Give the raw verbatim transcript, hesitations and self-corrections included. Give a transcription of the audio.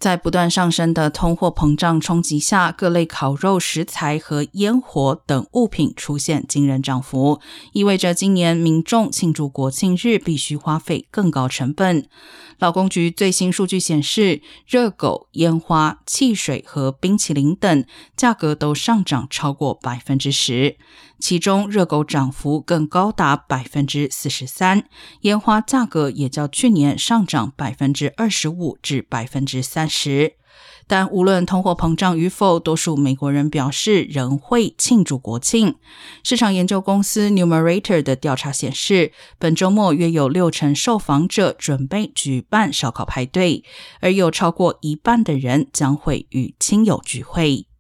在不断上升的通货膨胀冲击下，各类烤肉食材和烟火等物品出现惊人涨幅，意味着今年民众庆祝国庆日必须花费更高成本。劳工局最新数据显示，热狗、烟花、汽水和冰淇淋等价格都上涨超过 百分之十， 其中热狗涨幅更高达 百分之四十三， 烟花价格也较去年上涨 百分之二十五 至 百分之三十。但无论通货膨胀与否，多数美国人表示仍会庆祝国庆。市场研究公司 Numerator 的调查显示，本周末约有六成受访者准备举办烧烤派对，而有超过一半的人将会与亲友聚会。